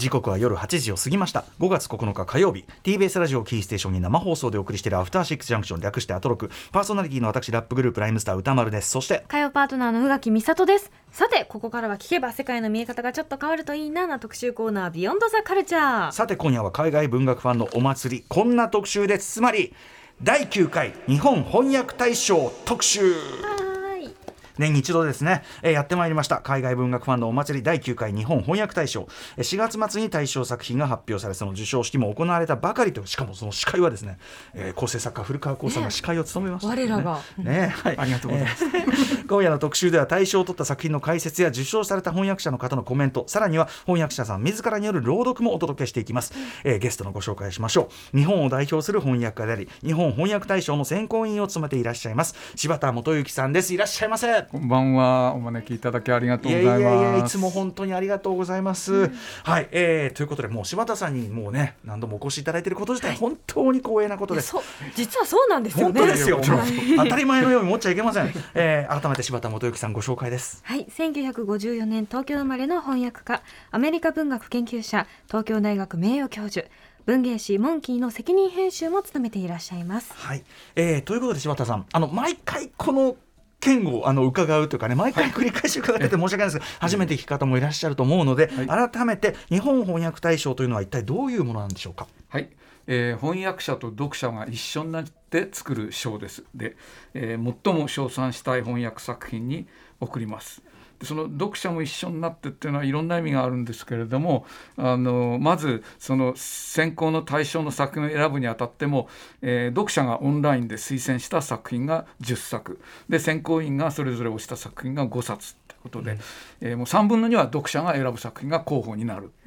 時刻は夜8時を過ぎました。5月9日火曜日、 TBS ラジオキーステーションに生放送でお送りしているアフターシックスジャンクション、略してアトロク。パーソナリティの私ラップグループライムスター歌丸です。そして火曜パートナーの宇垣美里です。さてここからは聞けば世界の見え方がちょっと変わるといいなな特集コーナー、ビヨンドザカルチャー。 さて今夜は海外文学ファンのお祭り、こんな特集です。つまり第9回日本翻訳大賞特集。年に一度ですね、やってまいりました海外文学ファンのお祭り第9回日本翻訳大賞。4月末に大賞作品が発表され、その授賞式も行われたばかりと。しかもその司会はですね、構成作家古川光さんが司会を務めました、ね、 我らが、 はい、 ありがとうございます、 今夜の特集では大賞を取った作品の解説や受賞された翻訳者の方のコメント、さらには翻訳者さん自らによる朗読もお届けしていきます。ゲストのご紹介しましょう。日本を代表する翻訳家であり、日本翻訳大賞の選考委員を務めていらっしゃいます柴田元幸さんです。いらっしゃいませ。 こんばんは。お招きいただきありがとうございます。 いつも本当にありがとうございます、はい、ということでもう柴田さんにもうね何度もお越しいただいていること自体、本当に光栄なことです。 実はそうなんですよね。 本当ですよ当たり前のように持っちゃいけません、改めて柴田元幸さんご紹介です。 はい、1954年東京生まれの翻訳家、アメリカ文学研究者、東京大学名誉教授、文芸誌モンキーの責任編集も務めていらっしゃいます。 はい、ということで柴田さん、毎回この件を伺うというかね、毎回繰り返し伺ってて申し訳ないですが、初めて聞く方もいらっしゃると思うので、改めて日本翻訳大賞というのは一体どういうものなんでしょうか。 はい、翻訳者と読者が一緒になって作る賞です。で、最も称賛したい翻訳作品に贈ります。その読者も一緒になってっていうのはいろんな意味があるんですけれども、まずその選考の対象の作品を選ぶにあたっても、読者がオンラインで推薦した作品が10作で、選考委員がそれぞれ推した作品が5冊ということで、もう3分の2は読者が選ぶ作品が候補になるっていう、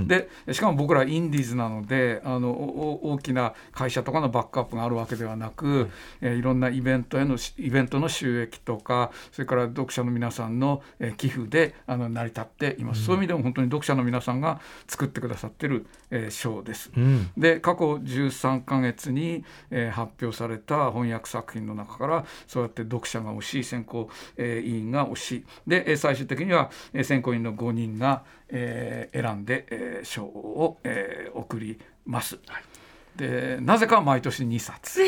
でしかも僕らインディーズなので、大きな会社とかのバックアップがあるわけではなく、いろんなイベントの収益とか、それから読者の皆さんの寄付で成り立っています、そういう意味でも本当に読者の皆さんが作ってくださっている賞です、で過去13ヶ月に、発表された翻訳作品の中からそうやって読者が推し、選考、委員が推しで、最終的には、選考委員の5人が、選んで、賞を、贈ります、でなぜか毎年2冊、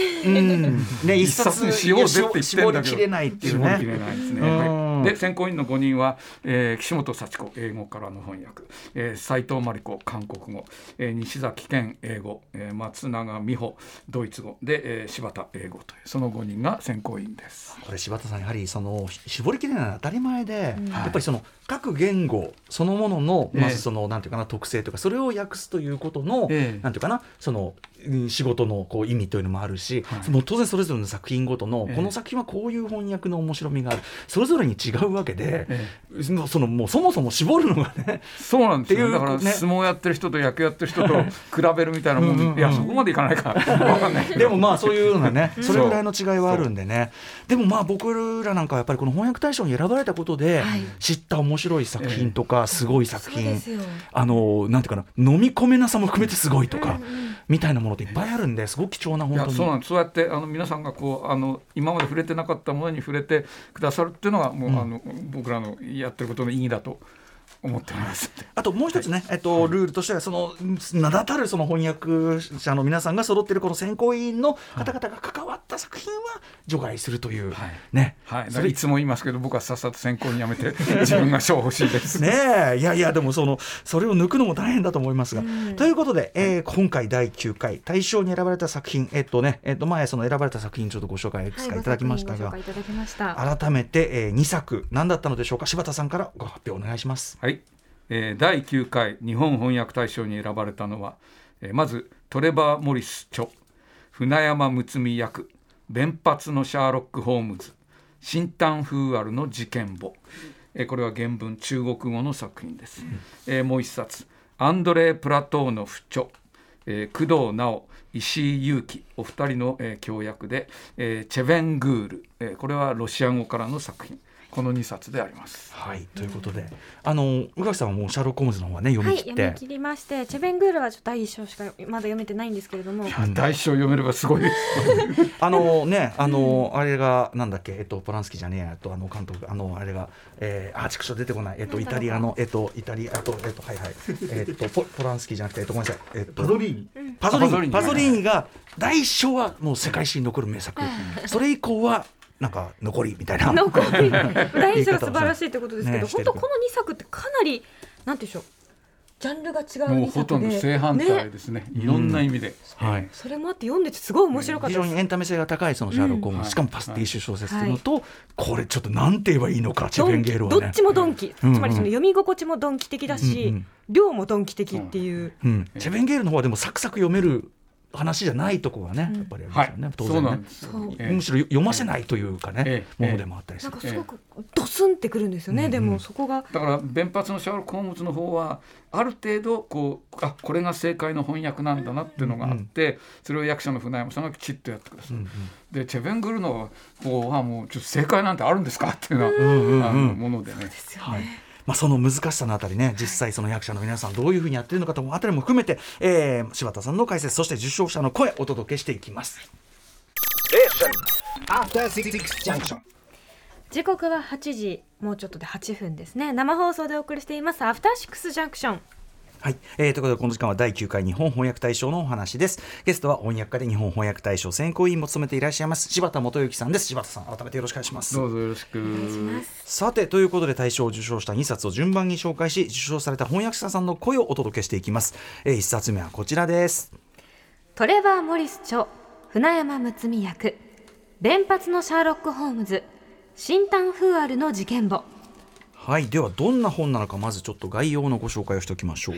1 冊にしようぜって言ってんだけど絞りきれないっていうね。 絞りきれないですね、で選考委員の5人は、岸本幸子英語からの翻訳、斉藤真理子韓国語、西崎健英語、松永美穂ドイツ語で、柴田英語というその5人が選考委員です。 これ柴田さん、やはりその絞りきれないのは当たり前で、やっぱりその各言語そのもののまずそのなんていうかな特性とか、それを訳すということのなんていうかな、その仕事のこう意味というのもあるし、もう当然それぞれの作品ごとのこの作品はこういう翻訳の面白みがある、それぞれに違うわけで、そのもうそもそも絞るのがねそうなんですよ、だから相撲やってる人と野球やってる人と比べるみたいなもん、いやそこまでいかないか分かんないけどでもまあそういうようなねそれぐらいの違いはあるんでね。でもまあ僕らなんかはやっぱりこの翻訳大賞に選ばれたことで知った面白い作品とか、すごい作品、なんていうかな、飲み込めなさも含めてすごいとか、みたいなものっていっぱいあるんで、すごく貴重な本当に。 そうなんです。そうやって皆さんがこう今まで触れてなかったものに触れてくださるっていうのがもう、僕らのやってることの意義だと思っております。あともう一つね、ルールとしてはその名だたるその翻訳者の皆さんが揃っているこの選考委員の方々が関わった作品は除外するという、ね、 それいつも言いますけど、僕はさっさと選考にやめて自分が賞欲しいですねえ、いやでもそれを抜くのも大変だと思いますが、ということで、今回第9回大賞に選ばれた作品、前その選ばれた作品ちょっとご紹介いくつかいただきましたが、改めて、2作何だったのでしょうか。柴田さんからご発表お願いします。 はい、第9回日本翻訳大賞に選ばれたのは、まずトレバー・モリス著、船山睦美役弁髪のシャーロック・ホームズ新丹風アルの事件簿、これは原文中国語の作品です、もう一冊アンドレイ・プラトーノフ著、工藤直石井祐樹お二人の、協訳で、チェヴェングール、これはロシア語からの作品この2冊であります。 はい、ということで宇垣さんはもうシャーロック・ホームズの方はね読み切って、 はい、読み切りまして、チェベングールはちょっと第1章しかまだ読めてないんですけれども、 第1章読めればすごいですあれがなんだっけ、ポランスキーじゃねえや、監督あれが、畜生出てこない、イタリアのはいはいポランスキーじゃなくてごめんなさい、 パゾリーニが第1章はもう世界史に残る名作、それ以降はなんか残りみたいな残り第一章が素晴らしいということですけど、本当この2作ってかなりなんていうんでしょう、ジャンルが違う2作でもうほとんど正反対ですね、いろんな意味で、 はい、 それもあって読んでてすごい面白かったです。 非常にエンタメ性が高いそのシャーロック・ホームズ、しかもパスティッシュ小説というのと、これちょっとなんて言えばいいのか、チェベンゲールはねどっちもドンキ、つまりその読み心地もドンキ的だし、量もドンキ的っていう、 チェベンゲールの方はでもサクサク読める話じゃないところがね、やっぱりありますよね、当然ね、 そうなんです、 むしろ読ませないというかね、ものでもあったりする、 なんかすごくドスンってくるんですよね、でもそこがだから弁髪のシャーロック・ホームズの方はある程度これが正解の翻訳なんだなっていうのがあって、それを役者の船山さんがきちっとやってください、でチェベングルの方はもうちょっと正解なんてあるんですかっていうようなものでね、 その難しさのあたりね、実際その役者の皆さんどういうふうにやっているのかというあたりも含めて、柴田さんの解説、そして受賞者の声お届けしていきます。 時刻は8時もうちょっとで8分ですね。生放送でお送りしていますアフターシックスジャンクション。 はい、ということでこの時間は第9回日本翻訳大賞のお話です。ゲストは翻訳家で日本翻訳大賞選考委員も務めていらっしゃいます柴田元幸さんです。柴田さん、改めてよろしくお願いします。 どうぞよろしくお願いします。 さて、ということで大賞を受賞した2冊を順番に紹介し、受賞された翻訳者さんの声をお届けしていきます。1冊目はこちらです。 トレバー・モリス著、船山睦美役、弁髪のシャーロック・ホームズ、新タンフーアルの事件簿。 はい、ではどんな本なのか、まずちょっと概要のご紹介をしておきましょう。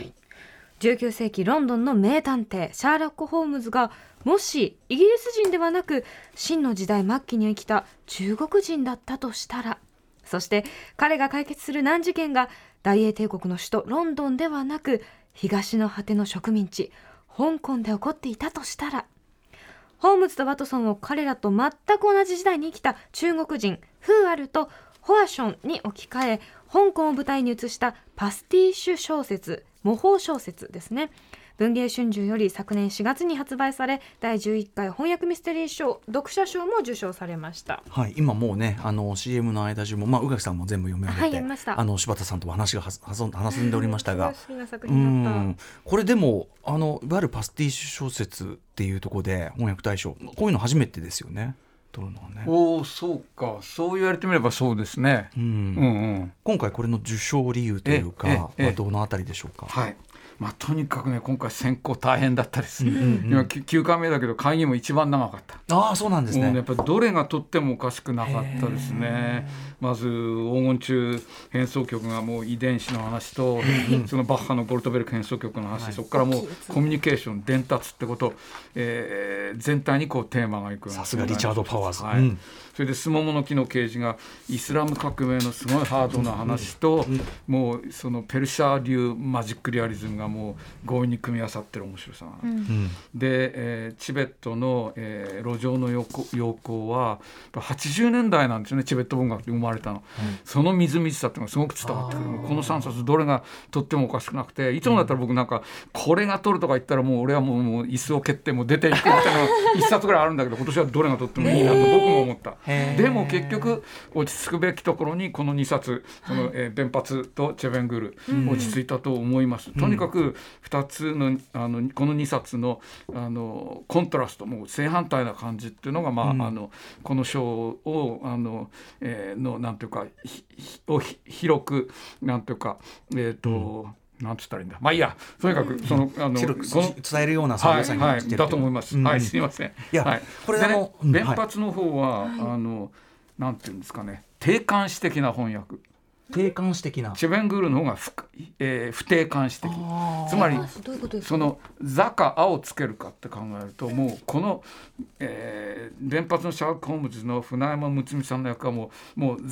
19世紀ロンドンの名探偵シャーロック・ホームズが、もしイギリス人ではなく清の時代末期に生きた中国人だったとしたら、そして彼が解決する難事件が大英帝国の首都ロンドンではなく東の果ての植民地香港で起こっていたとしたら、ホームズとワトソンを彼らと全く同じ時代に生きた中国人フーアルとホアションに置き換え、香港を舞台に移したパスティッシュ小説、模倣小説ですね。文藝春秋より昨年4月に発売され、第11回翻訳ミステリー賞読者賞も受賞されました。 はい、今もうねCM の間中も、宇垣さんも全部読み上げて、 読みました。 柴田さんとも話が弾んでおりましたが、 好きな作品だった。 これでもいわゆるパスティッシュ小説っていうところで翻訳大賞、こういうの初めてですよね。取るのはね。 おー、そうか、そう言われてみればそうですね。 今回これの受賞理由というかはどのあたりでしょうか。 はい、とにかくね、今回選考大変だったです。今9回目だけど会議も一番長かった。 ああ、そうなんですね。 やっぱりどれが取ってもおかしくなかったですね。まず黄金中変奏曲がもう遺伝子の話と、そのバッハのゴルトベルク変奏曲の話、そこからもうコミュニケーション伝達ってこと、全体にこうテーマがいく。 さすがリチャード・パワーズ。 それでスモモの木の刑事がイスラム革命のすごいハードな話と、もうそのペルシャ流マジックリアリズムがもう強引に組み合わさってる面白さが、で、チベットの、路上の陽光は80年代なんですよね。チベット文学で生まれたの、そのみずみずしさっていうのがすごく伝わってくる。この3冊どれがとってもおかしくなくて、いつもだったら僕なんかこれが取るとか言ったらもう俺はもう椅子を蹴ってもう出ていくみたいな1冊ぐらいあるんだけど、今年はどれがとってもいいなと僕も思った。でも結局落ち着くべきところにこの2冊、この弁髪とチェベングル、落ち着いたと思います。とにかく2つの、この2冊の、コントラスト、もう正反対な感じっていうのが、この賞をのなんていうかを広くなんていうかなんつったらいいんだ。まあいいや、とにかくその伝えるような作業さになってるだと思います。はい、すいません。いや、これね、弁髪の方はなんていうんですかね、定冠詞的な翻訳。 定冠詞的な。 チェベングールの方が不定冠詞的。つまりその座かあをつけるかって考えると、もうこの、弁髪のシャーロック・ホームズの船山睦美さんの役はもうザ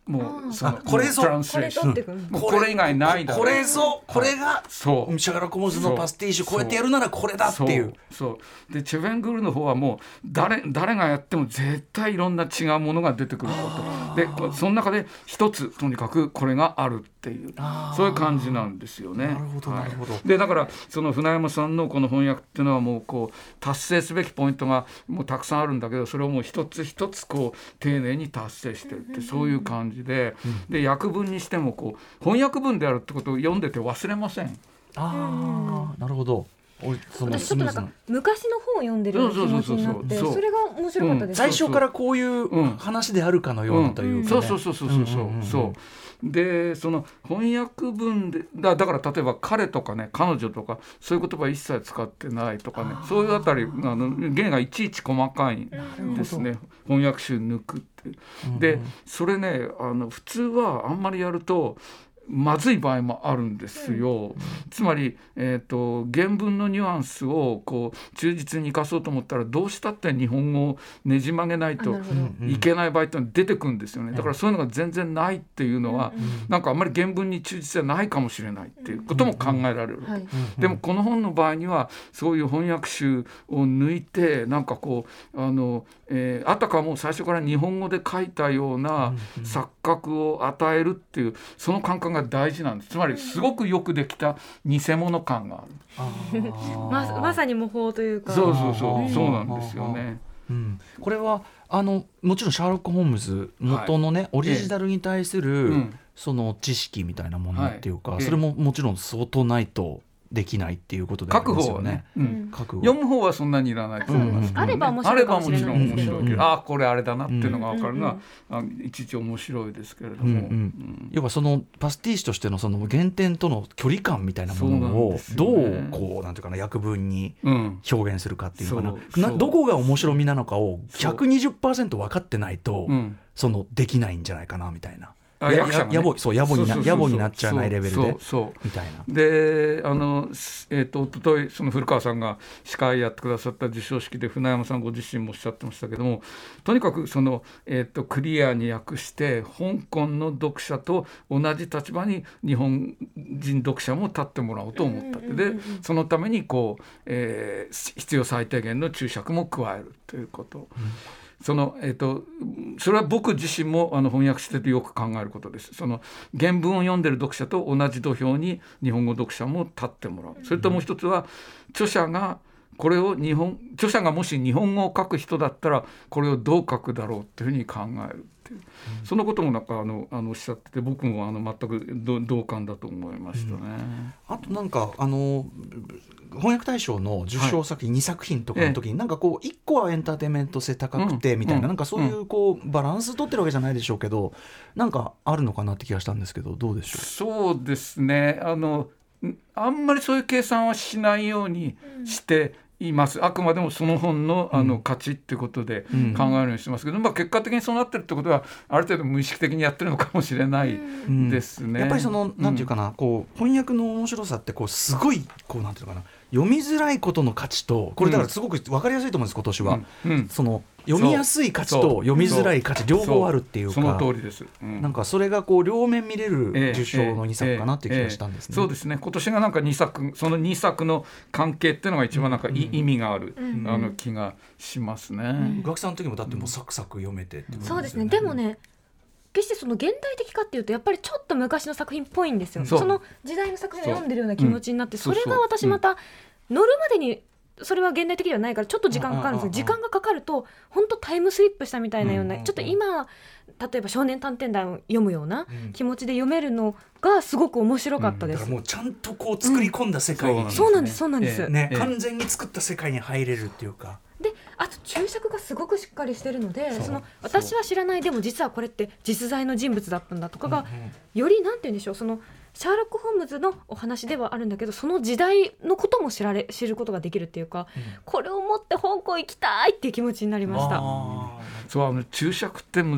もうそのこれぞトランスレーションもうこれ以外ないだろう、 これぞこれがそうシャーロック・ホームズのパスティッシュこうやってやるならこれだっていう。 そうでチェベングールの方はもう誰がやっても絶対いろんな違うものが出てくることで、その中で一つとにかくこれがあるっていうそういう感じなんですよね。 なるほどなるほど。 でだからその船山さんのこの翻訳っていうのはもうこう達成すべきポイントがもうたくさんあるんだけど、それをもう一つ一つこう丁寧に達成してるってそういう感じで、で訳文にしてもこう翻訳文であるってことを読んでて忘れません。 なるほど。 私ちょっとなんか昔の本を読んでる気持ちになってそれが面白かったです。 最初からこういう話であるかのようなというかね。 そうでその翻訳文でだから例えば彼とかね彼女とかそういう言葉一切使ってないとかね、そういうあたり言がいちいち細かいんですね。翻訳集抜くってでそれね普通はあんまりやるとまずい場合もあるんですよ。つまり、原文のニュアンスをこう忠実に生かそうと思ったらどうしたって日本語をねじ曲げないといけない場合ってのが出てくるんですよね。だからそういうのが全然ないっていうのは、なんかあんまり原文に忠実じゃないかもしれないっていうことも考えられる、でもこの本の場合にはそういう翻訳集を抜いてなんかこうあたかも最初から日本語で書いたような錯覚を与えるっていうその感覚が大事なんです。つまりすごくよくできた偽物感がある。 まさに模倣というか。 そうなんですよね。 これはもちろんシャーロック・ホームズ元のね、オリジナルに対する、その知識みたいなものっていうか、それももちろん相当ないとできないっていうことでありますよね。 読む方はそんなにいらないと思いますけど、 あれば面白いかもしれないですけど、 あればもちろん面白いけど、これあれだなっていうのが分かるのは、いちいち面白いですけれども、 要はそのパスティッシュとしてのその原点との距離感みたいなものをどうこうなんていうかな訳文に表現するかっていうのかな、どこが面白みなのかを 120% 分かってないと、そのできないんじゃないかなみたいな。野暮になっちゃわないレベルでみたいな。 でおとといその古川さんが司会やってくださった授賞式で船山さんご自身もおっしゃってましたけども、とにかくその、クリアに訳して香港の読者と同じ立場に日本人読者も立ってもらおうと思ったって、でそのためにこう、必要最低限の注釈も加えるということ。それは僕自身も翻訳しててよく考えることです。その原文を読んでる読者と同じ土俵に日本語読者も立ってもらう。それともう一つは著者がもし日本語を書く人だったらこれをどう書くだろうっていうふうに考えるっていう、そのこともなんかおっしゃってて、僕も全く同感だと思いましたね。 あとなんか翻訳大賞の受賞作品2作品とかの時になんかこう1個はエンターテインメント性高くてみたいな、なんかそういうこうバランス取ってるわけじゃないでしょうけど、なんかあるのかなって気がしたんですけど、どうでしょう。 そうですね、あんまりそういう計算はしないようにしています。あくまでもその本の価値っていうことで考えるようにしてますけど、結果的にそうなってるってことはある程度無意識的にやってるのかもしれないですね。 やっぱりそのなんていうかな、こう翻訳の面白さってこうすごいこうなんていうのかな、読みづらいことの価値と、これだからすごく分かりやすいと思うんです今年は、その読みやすい価値と読みづらい価値両方あるっていうか、 その通りです、 なんかそれがこう両面見れる受賞の2作かなっていう気がしたんですね。 そうですね、今年がなんか2作、その2作の関係っていうのが一番なんか意味がある気がしますね。 学さんの時もだってもうサクサク読めてってことですよね。 そうですね。でもね、決してその現代的かっていうとやっぱりちょっと昔の作品っぽいんですよ。その時代の作品を読んでるような気持ちになって、それが私また乗るまでにそれは現代的ではないからちょっと時間かかるんですけど、時間がかかると本当タイムスリップしたみたいなような、ちょっと今例えば少年探偵団を読むような気持ちで読めるのがすごく面白かったです。 だからもうちゃんとこう作り込んだ世界に、 そうなんですそうなんです、 完全に作った世界に入れるっていうか。 であと注釈がすごくしっかりしてるので、その私は知らない、でも実はこれって実在の人物だったんだとかが、よりなんて言うんでしょう、そのシャーロック・ホームズのお話ではあるんだけど、その時代のことも知ることができるっていうか、これを持って香港行きたいっていう気持ちになりました。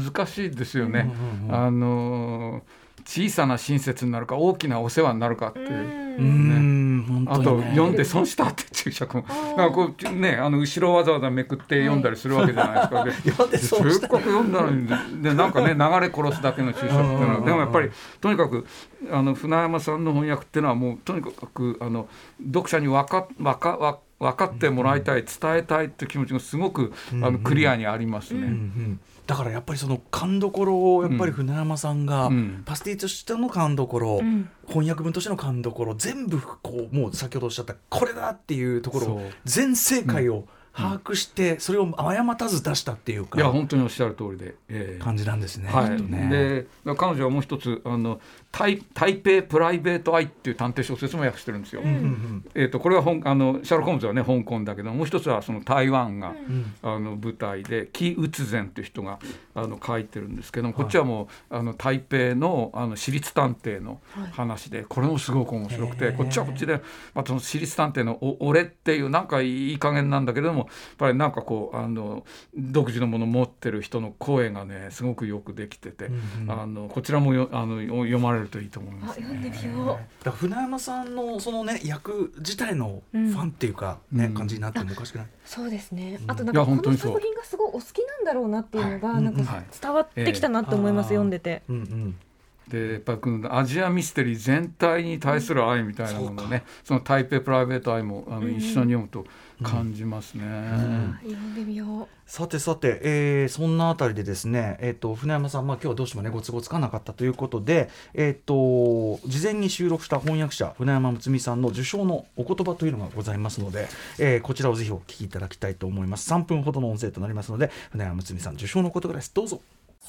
そう注釈って難しいですよね。 小さな親切になるか大きなお世話になるかって本当にね、 あと読んで損したって注釈もなんかこう、ね、後ろわざわざめくって読んだりするわけじゃないですか、せっかく読んだのにでなんかね流れ殺すだけの注釈っていうのはでもやっぱりとにかく船山さんの翻訳っていうのはもうとにかく読者に分かってもらいたい、伝えたいっていう気持ちがすごくクリアにありますね。 だからやっぱりその勘どころをやっぱり船山さんが、パスティとしての勘どころ、翻訳文としての勘どころ全部こうもう先ほどおっしゃったこれだっていうところを全正解を把握して、それを誤たず出したっていうか、 いや本当におっしゃる通りで、 感じなんですね。 はい、で彼女はもう一つ台北プライベートアイっていう探偵小説も訳してるんですよ。これはシャーロック・ホームズはね香港だけど、もう一つはその台湾が、舞台でキ・ウツゼンという人が書いてるんですけども、こっちはもう台北の私立探偵の話で、これもすごく面白くて、こっちはこっちで、その私立探偵の俺っていうなんかいい加減なんだけれども、やっぱりなんかこう独自のものを持ってる人の声がねすごくよくできてて、こちらも読まれるといいと思います、ね。 読んでみよう。 だから船山さんのそのね役自体のファンっていうか、感じになってもおかしくない。 そうですね。あとなんかこの作品がすごいお好きなんだろうなっていうのがなんか伝わってきたなと思います、読んでて。 でやっぱりアジアミステリー全体に対する愛みたいなものね、その台北プライベート愛も一緒に読むと感じますね。 読んでみよう。 さて、そんなあたりでですね、船山さん、今日はどうしてもねご都合つかなかったということで、事前に収録した翻訳者船山睦美さんの受賞のお言葉というのがございますので、こちらをぜひお聞きいただきたいと思います。3分ほどの音声となりますので、船山睦美さん受賞の言葉です。どうぞ。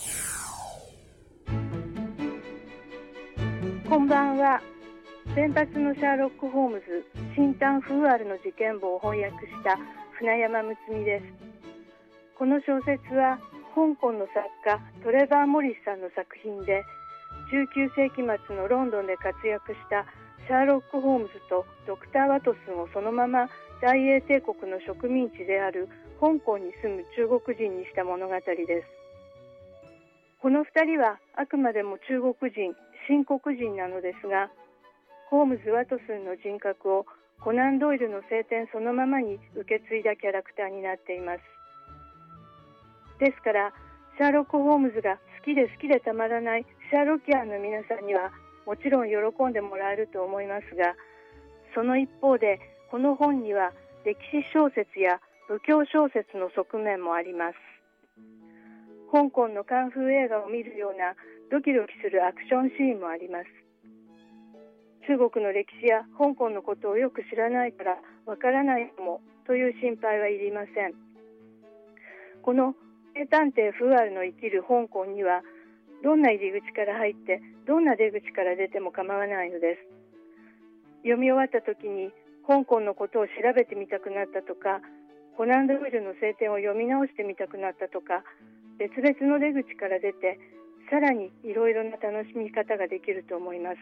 こんばんは。先発のシャーロック・ホームズ新丹風アルの事件簿を翻訳した船山睦美です。この小説は香港の作家トレバー・モリスさんの作品で、19世紀末のロンドンで活躍したシャーロック・ホームズとドクター・ワトソンをそのまま大英帝国の植民地である香港に住む中国人にした物語です。この2人はあくまでも中国人、新国人なのですが、ホームズ・ワトソンの人格をコナン・ドイルの聖典そのままに受け継いだキャラクターになっています。ですからシャーロック・ホームズが好きでたまらないシャーロキアンの皆さんにはもちろん喜んでもらえると思いますが、その一方でこの本には歴史小説や武教小説の側面もあります。香港のカンフー映画を見るようなドキドキするアクションシーンもあります。中国の歴史や香港のことをよく知らないからわからないかもという心配はいりません。この名探偵フーアルの生きる香港にはどんな入り口から入ってどんな出口から出ても構わないのです。読み終わった時に香港のことを調べてみたくなったとか、コナン・ドイルの聖典を読み直してみたくなったとか、別々の出口から出てさらにいろいろな楽しみ方ができると思います。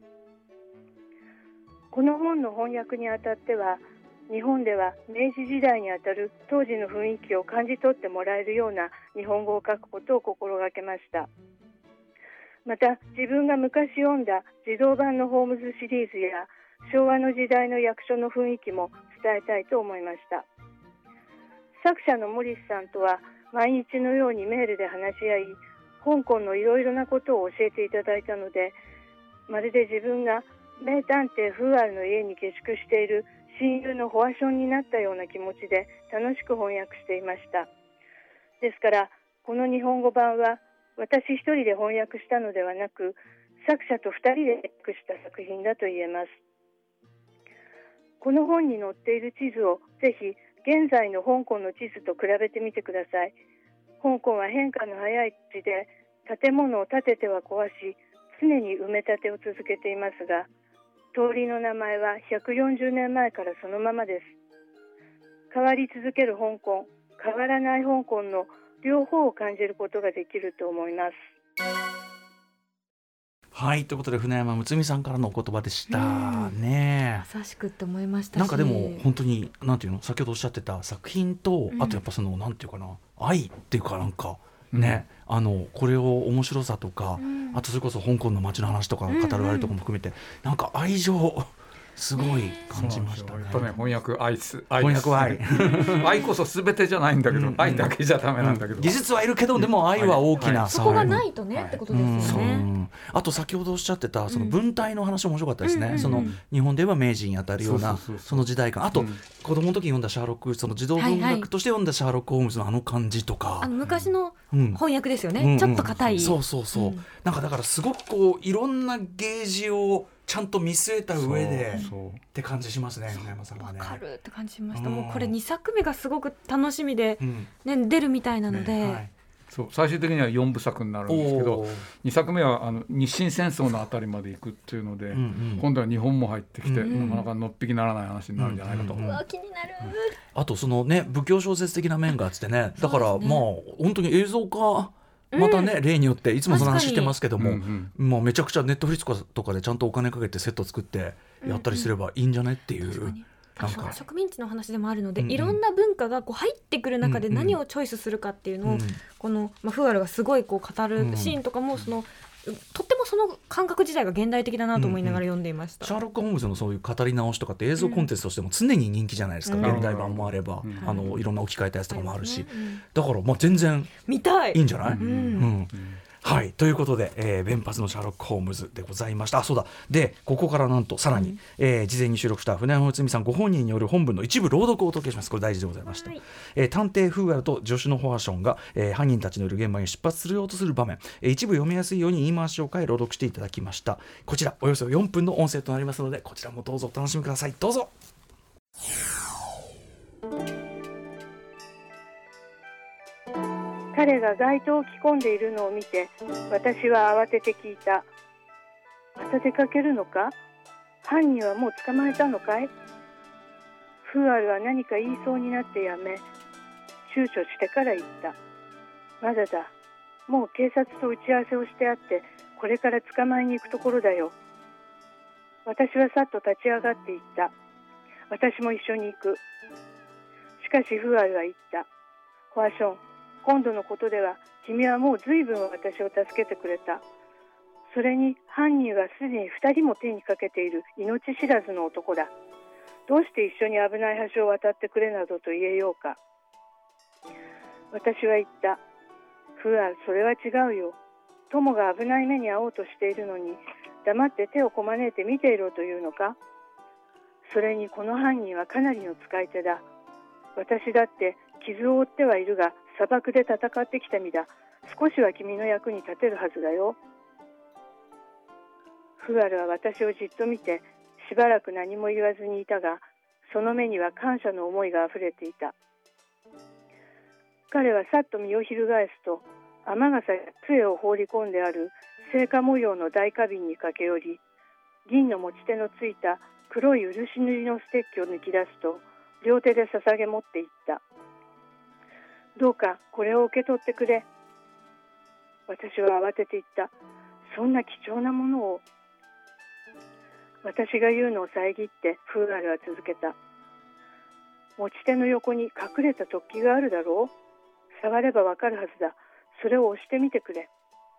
この本の翻訳にあたっては、日本では明治時代にあたる当時の雰囲気を感じ取ってもらえるような日本語を書くことを心がけました。また自分が昔読んだ児童版のホームズシリーズや昭和の時代の役所の雰囲気も伝えたいと思いました。作者のモリスさんとは毎日のようにメールで話し合い、香港のいろいろなことを教えていただいたので、まるで自分が名探偵フーアルの家に下宿している親友のホアションになったような気持ちで楽しく翻訳していました。ですからこの日本語版は私一人で翻訳したのではなく、作者と二人で訳した作品だと言えます。この本に載っている地図をぜひ現在の香港の地図と比べてみてください。香港は変化の早い地で、建物を建てては壊し、常に埋め立てを続けていますが、通りの名前は140年前からそのままです。変わり続ける香港、変わらない香港の両方を感じることができると思います。 はい、ということで船山睦美さんからのお言葉でしたね。 優しくって思いましたし、 なんかでも本当になんていうの、先ほどおっしゃってた作品と、あとやっぱそのなんていうかな、愛っていうかなんかね、これを面白さとか、 あとそれこそ香港の街の話とか語られるところも含めて、なんか愛情すごい感じましたね。 やっぱね、翻訳愛愛こそ全てじゃないんだけど、愛だけじゃダメなんだけど、 技術はいるけど、でも愛は大きな、 そこがないとね、ってことですよね。 あと先ほどおっしゃってたその文体の話面白かったですね。その日本で言えば明治にあたるようなその時代感、あと子供の時に読んだシャーロック、その児童文学として読んだシャーロック・ホームズのあの感じとか、 昔の翻訳ですよね、ちょっと硬い。 そう、なんかだからすごくこういろんなゲージをちゃんと見据えた上でって感じしますね、船山さんがね。 分かるって感じしました。もうこれ2作目がすごく楽しみで、出るみたいなので、 そう最終的には4部作になるんですけど、2作目は日清戦争のあたりまで行くっていうので、今度は日本も入ってきて、なかなかのっぴきならない話になるんじゃないかと。 うわ気になる。 あとそのね仏教小説的な面があってね、だからまあ本当に映像化またね、例によっていつもその話してますけども、もうめちゃくちゃネットフリックスとかでちゃんとお金かけてセット作ってやったりすればいいんじゃねっていう、なんか植民地の話でもあるので、いろんな文化がこう入ってくる中で何をチョイスするかっていうのを、このフーアルがすごいこう語るシーンとかも、そのとってもその感覚自体が現代的だなと思いながら読んでいました。 シャーロック・ホームズのそういう語り直しとかって映像コンテンツとしても常に人気じゃないですか。現代版もあれば、いろんな置き換えたやつとかもあるし、だからまあ全然見たいいいんじゃない？はい、ということで、弁髪のシャーロック・ホームズでございました。そうだ、でここからなんとさらに、事前に収録した船山睦美さんご本人による本文の一部朗読をお届けします。これ大事でございました。探偵フーアルと助手のホアションが、犯人たちのいる現場に出発するようとする場面、一部読みやすいように言い回しを変え朗読していただきました。こちらおよそ4分の音声となりますので、こちらもどうぞお楽しみください。どうぞ。 彼が街灯を着込んでいるのを見て、私は慌てて聞いた。また出かけるのか？犯人はもう捕まえたのかい？フーアルは何か言いそうになってやめ、躊躇してから言った。まだだ。もう警察と打ち合わせをしてあって、これから捕まえに行くところだよ。私はさっと立ち上がって言った。私も一緒に行く。しかしフーアルは言った。ホアション、今度のことでは君はもう随分私を助けてくれた。それに犯人はすでに2人も手にかけている命知らずの男だ。どうして一緒に危ない橋を渡ってくれなどと言えようか。私は言った。フーアル、それは違うよ。友が危ない目に遭おうとしているのに黙って手をこまねいて見ていろというのか。それにこの犯人はかなりの使い手だ。私だって傷を負ってはいるが砂漠で戦ってきた身だ。少しは君の役に立てるはずだよ。フーアルは私をじっと見てしばらく何も言わずにいたが、その目には感謝の思いがあふれていた。彼はさっと身を翻すと、雨傘や杖を放り込んである聖火模様の大花瓶に駆け寄り、銀の持ち手のついた黒い漆塗りのステッキを抜き出すと、両手で捧げ持っていった。どうかこれを受け取ってくれ。私は慌てて言った。そんな貴重なものを。私が言うのを遮ってフーアルは続けた。持ち手の横に隠れた突起があるだろう。触ればわかるはずだ。それを押してみてくれ。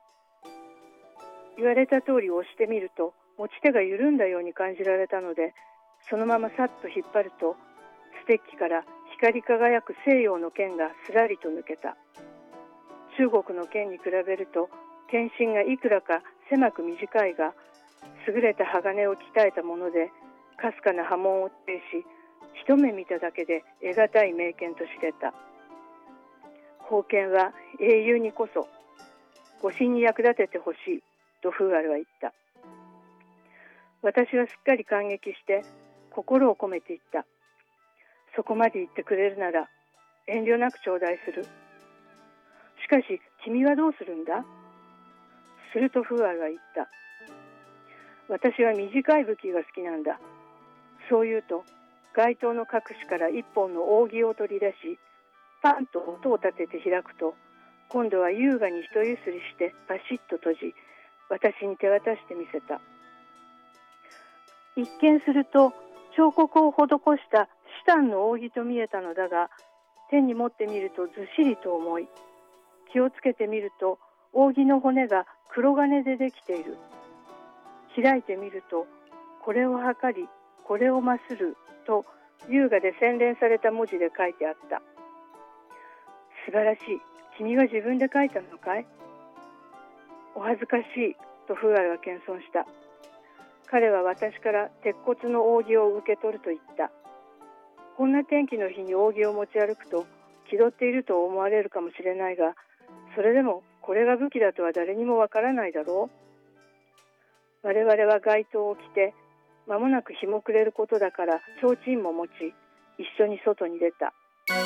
言われた通り押してみると、持ち手が緩んだように感じられたので、そのままさっと引っ張ると、ステッキから光り輝く西洋の剣がすらりと抜けた。中国の剣に比べると剣身がいくらか狭く短いが、優れた鋼を鍛えたものでかすかな波紋を呈し、一目見ただけで得難い名剣と知れた。宝剣は英雄にこそ護身に役立ててほしいとフーアルは言った。私はすっかり感激して心を込めて言った。そこまで言ってくれるなら遠慮なく頂戴する。しかし君はどうするんだ。するとフーアルは言った。私は短い武器が好きなんだ。そう言うと街灯の隠しから一本の扇を取り出し、パンと音を立てて開くと、今度は優雅に一ゆすりしてパシッと閉じ、私に手渡してみせた。一見すると彫刻を施したシタンの扇と見えたのだが、手に持ってみるとずっしりと重い。気をつけてみると扇の骨が黒金でできている。開いてみると、これを測りこれを増すると優雅で洗練された文字で書いてあった。素晴らしい。君が自分で書いたのかい？お恥ずかしいとフーアルは謙遜した。彼は私から鉄骨の扇を受け取ると言った。こんな天気の日に扇を持ち歩くと気取っていると思われるかもしれないが、それでもこれが武器だとは誰にもわからないだろう。我々は街灯を着て、間もなく日も暮れることだから提灯も持ち、一緒に外に出た。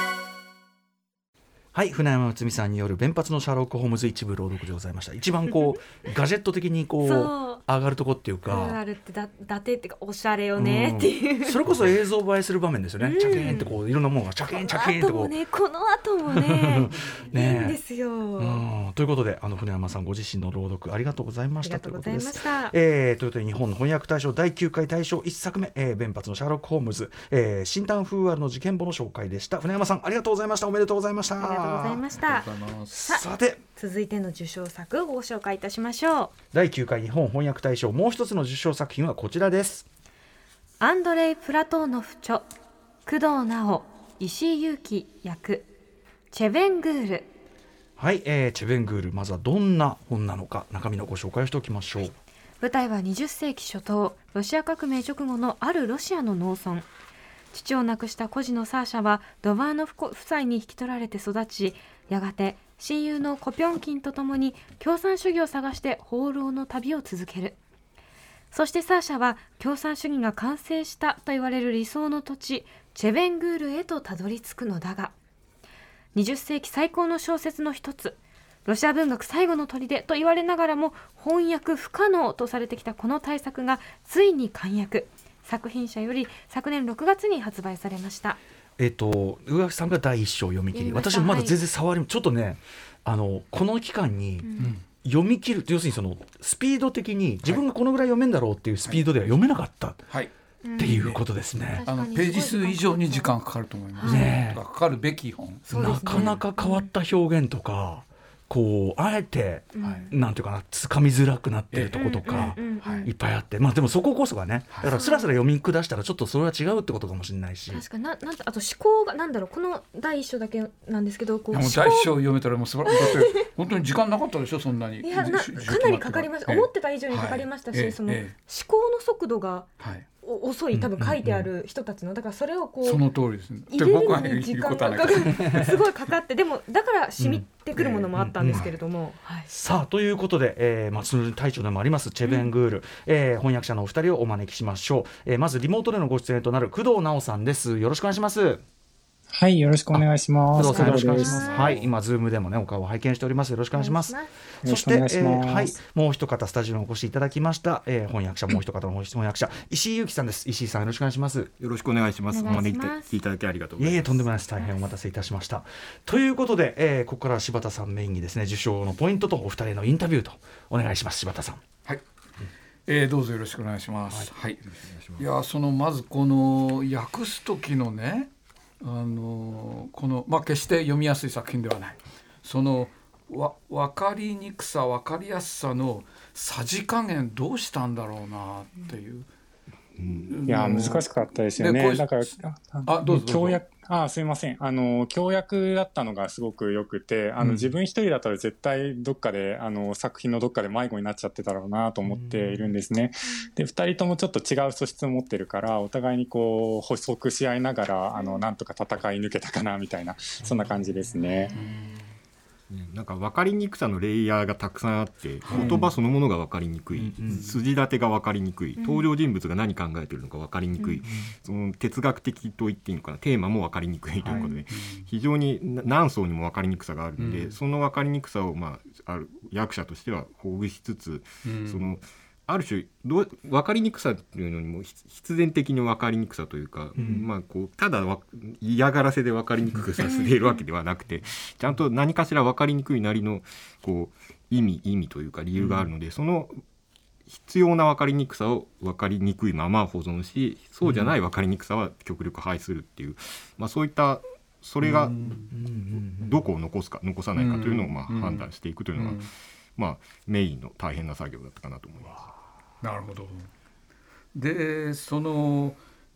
はい、船山睦美さんによる弁髪のシャーロック・ホームズ一部朗読でございました。一番こうガジェット的にこう上がるとこっていうか、 上がるってだってっていうかおしゃれよねっていう、 それこそ映像映えする場面ですよね。チャキーンってこういろんなものがチャキーンチャキーンってこう、 この後もねねいいんですよ。 ということで船山さんご自身の朗読ありがとうございました。 ありがとうございました。 ということで日本の翻訳大賞第9回大賞1作目、弁髪のシャーロック・ホームズ、新丹風アルの事件簿の紹介でした。船山さんありがとうございました。おめでとうございました。 ありがとうございました。 さて続いての受賞作をご紹介いたしましょう。 第9回日本翻訳大賞もう一つの受賞作品はこちらです。 アンドレイ・プラトーノフ著、工藤直、石井裕樹役、チェベングール。 はい、チェベングール、まずはどんな本なのか中身のご紹介をしておきましょう。 舞台は20世紀初頭、ロシア革命直後のあるロシアの農村。父を亡くした孤児のサーシャはドバーノフ夫妻に引き取られて育ち、やがて親友のコピョンキンと共に共産主義を探して放浪の旅を続ける。そしてサーシャは共産主義が完成したと言われる理想の土地チェベングールへとたどり着くのだが、20世紀最高の小説の一つ、ロシア文学最後の砦と言われながらも翻訳不可能とされてきたこの大作がついに完訳、作品者より昨年6月に発売されました。 上垣さんが第一章読み切り、私もまだ全然触りちょっとねこの期間に、読み切る、要するにそのスピード的に自分がこのぐらい読めんだろうっていうスピードでは読めなかった、っていうことですね。 ページ数以上に時間かかると思います、かかるべき本、 なかなか変わった表現とかこうあえて、なんていうかな、つかみづらくなってるとことか、いっぱいあって、でもそここそがね、だからスラスラ読み下したらちょっとそれは違うってことかもしれないし、 確かにあと思考がなんだろう、この第一章だけなんですけど、こう第一章読めたらもう素晴らしい。だって本当に時間なかったでしょ、そんなに。 いやかなりかかりました、思ってた以上にかかりましたし、その思考の速度が、遅い、多分書いてある人たちの、だからそれをこうその通りですね。 入れるのに時間がすごいかかって、でもだから染みてくるものもあったんですけれども、 さあということで、そのタイトルでもありますチェベングール、翻訳者のお二人をお招きしましょう。まずリモートでのご出演となる工藤直さんです。よろしくお願いします。 はい、よろしくお願いします。 工藤さんよろしくお願いします。はい、今ズームでもねお顔を拝見しております。よろしくお願いします。そして、もう一方スタジオにお越しいただきました、翻訳者、もう一方の翻訳者石井裕樹さんです。石井さんよろしくお願いします。 よろしくお願いします。お招きいただきありがとうございます。 とんでもないです。大変お待たせいたしました。ということで、ここから柴田さんメインにですね、受賞のポイントとお二人のインタビューとお願いします。柴田さん。 はい、どうぞよろしくお願いします。いや、まずこの訳す時のね、この決して読みやすい作品ではない、その分かりにくさ、分かりやすさのさじ加減どうしたんだろうなっていう、 いや難しかったですよね。だからどうぞ協約、すいません、協約だったのがすごくよくて、自分一人だったら絶対どっかで作品のどっかで迷子になっちゃってたろうなと思っているんですね。で2人ともちょっと違う素質を持ってるから、お互いにこう補足し合いながらなんとか戦い抜けたかなみたいな、そんな感じですね。 なんか分かりにくさのレイヤーがたくさんあって、言葉そのものが分かりにくい、筋立てが分かりにくい、登場人物が何考えているのか分かりにくい、その哲学的と言っていいのかな、テーマも分かりにくいということで、非常に何層にも分かりにくさがあるので、その分かりにくさを、ある役者としてはほぐしつつ、ある種分かりにくさというのにも必然的に分かりにくさというか、こうただ嫌がらせで分かりにくくさせているわけではなくて、ちゃんと何かしら分かりにくいなりのこう意味というか理由があるので、その必要な分かりにくさを分かりにくいまま保存し、そうじゃない分かりにくさは極力排するっていう、そういったそれがどこを残すか残さないかというのを判断していくというのが、 メインの大変な作業だったかなと思います。 なるほど。でその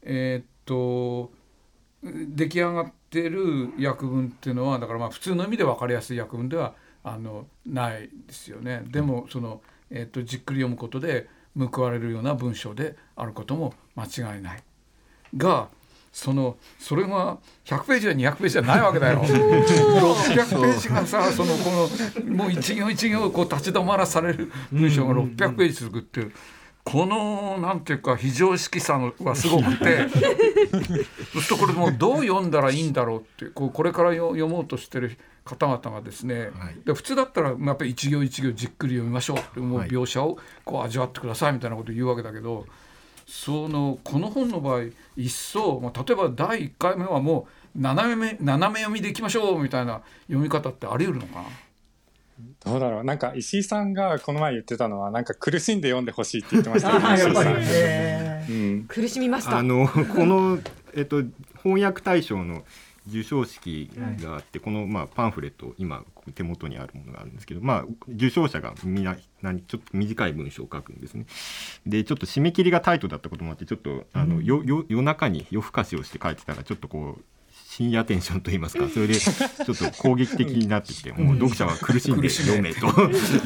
出来上がってる訳文っていうのはだから普通の意味で分かりやすい訳文ではないですよね。でもその、じっくり読むことで報われるような文章であることも間違いないが、それが100ページや200ページじゃないわけだよ。600ページがさこのもう一行一行こう立ち止まらされる文章が600ページ続くっていう、このなんていうか非常識さはすごくてそうするとこれもうどう読んだらいいんだろうってこれから読もうとしてる方々がですね、で普通だったらやっぱり一行一行じっくり読みましょうって、もう描写をこう味わってくださいみたいなことを言うわけだけど、この本の場合一層、例えば第1回目はもう斜め読みでいきましょうみたいな読み方ってあり得るのかな。 どうだろう。なんか石井さんがこの前言ってたのはなんか苦しんで読んでほしいって言ってましたね。やっぱり、 苦しみました。 この、翻訳大賞の授賞式があって、この、パンフレット今手元にあるものがあるんですけど、受賞者がみんなちょっと短い文章を書くんですね。でちょっと締め切りがタイトだったこともあってちょっと夜中に夜更かしをして書いてたらちょっとこう深夜テンションと言いますか、それでちょっと攻撃的になってきて、もう読者は苦しんで読めと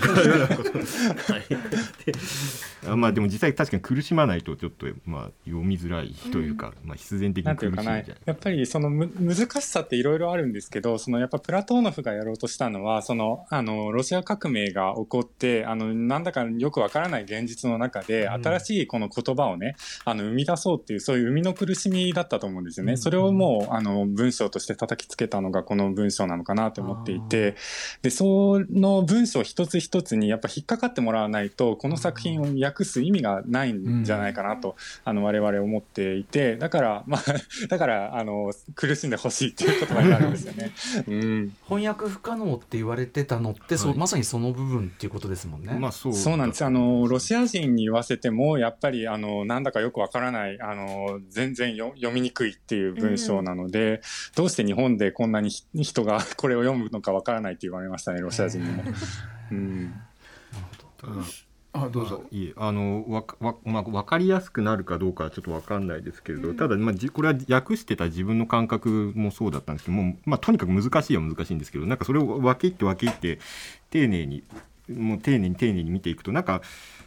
でも実際確かに苦しまないとちょっと読みづらいというか、必然的に苦しいんじゃない。 やっぱりその難しさっていろいろあるんですけど、やっぱプラトーノフがやろうとしたのはロシア革命が起こってなんだかよくわからない現実の中で新しいこの言葉をね生み出そうっていう、そういう生みの苦しみだったと思うんですよね。それをもう文章として叩きつけたのがこの文章なのかなと思っていて、でその文章一つ一つにやっぱ引っかかってもらわないとこの作品を訳す意味がないんじゃないかなと我々思っていて、だから苦しんでほしいっていう言葉になるんですよね。 翻訳不可能って言われてたのって、まさにその部分っていうことですもんね。 そうなんです。ロシア人に言わせてもやっぱりなんだかよくわからない全然読みにくいっていう文章なので、どうして日本でこんなに人がこれを読むのかわからないって言われましたね、ロシア人にも。 どうぞ。 分かりやすくなるかどうかはちょっと分かんないですけれど、ただ、これは訳してた自分の感覚もそうだったんですけどとにかく難しいは難しいんですけど、なんかそれを分け入って丁寧に見ていくと、なんか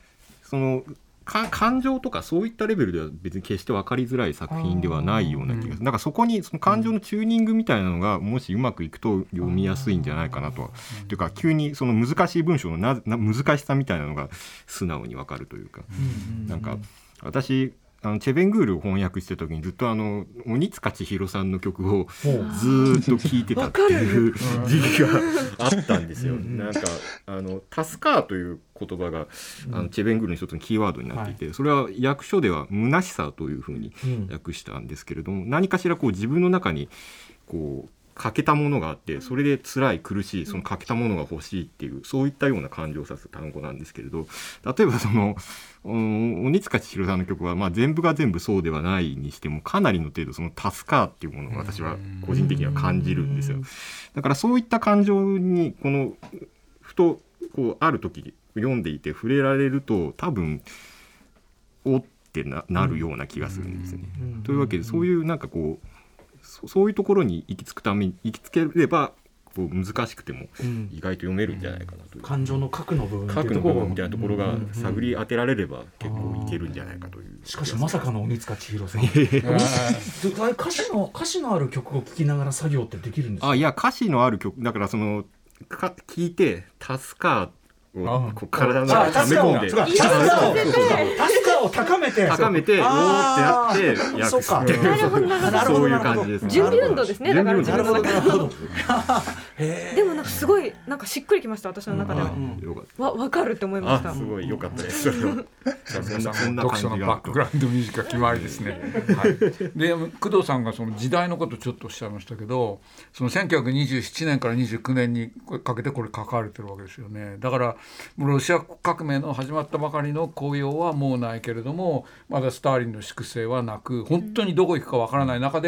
感情とかそういったレベルでは別に決して分かりづらい作品ではないような気がする。だからそこにその感情のチューニングみたいなのがもしうまくいくと読みやすいんじゃないかなとは、というか急にその難しい文章の難しさみたいなのが素直に分かるというか、なんか私チェベングールを翻訳してた時にずっと鬼塚千尋さんの曲をずっと聴いてたっていう時期があったんですよ。なんかタスカーという言葉がチェベングールの一つのキーワードになっていて、それは訳書では虚しさというふうに訳したんですけれども、何かしらこう自分の中にこう欠けたものがあって、それで辛い苦しいその欠けたものが欲しいっていう、そういったような感情を指す単語なんですけれど、例えば鬼塚千尋さんの曲は全部が全部そうではないにしても、かなりの程度そのタスカーっていうものを私は個人的には感じるんですよ。だからそういった感情にふとこうある時読んでいて触れられると、多分おってなるような気がするんですよね。というわけで、そういうなんかこうそういうところに行きつければこう難しくても意外と読めるんじゃないかなという、 感情の核の部分みたいなところが探り当てられれば結構いけるんじゃないかという。 しかしまさかの鬼塚千尋さん歌詞のある曲を聴きながら作業ってできるんですか？ いや、歌詞のある曲だから聴いて助かをこう体の中に溜め込んでタスカを高めておーってなって訳すっていうそういう感じですね。 準備運動ですね。だから自分の中ででもなんかすごいなんかしっくりきました私の中では。わかるって思いました。 すごい良かったです。そんな読書のバックグラウンドミュージックが決まりですね。で工藤さんがその時代のことをちょっとおっしゃいましたけど、その1927年から29年にかけてこれ書かれてるわけですよね。だからロシア革命の始まったばかりの高揚はもうないけれども、まだスターリンの粛清はなく、本当にどこ行くかわからない中で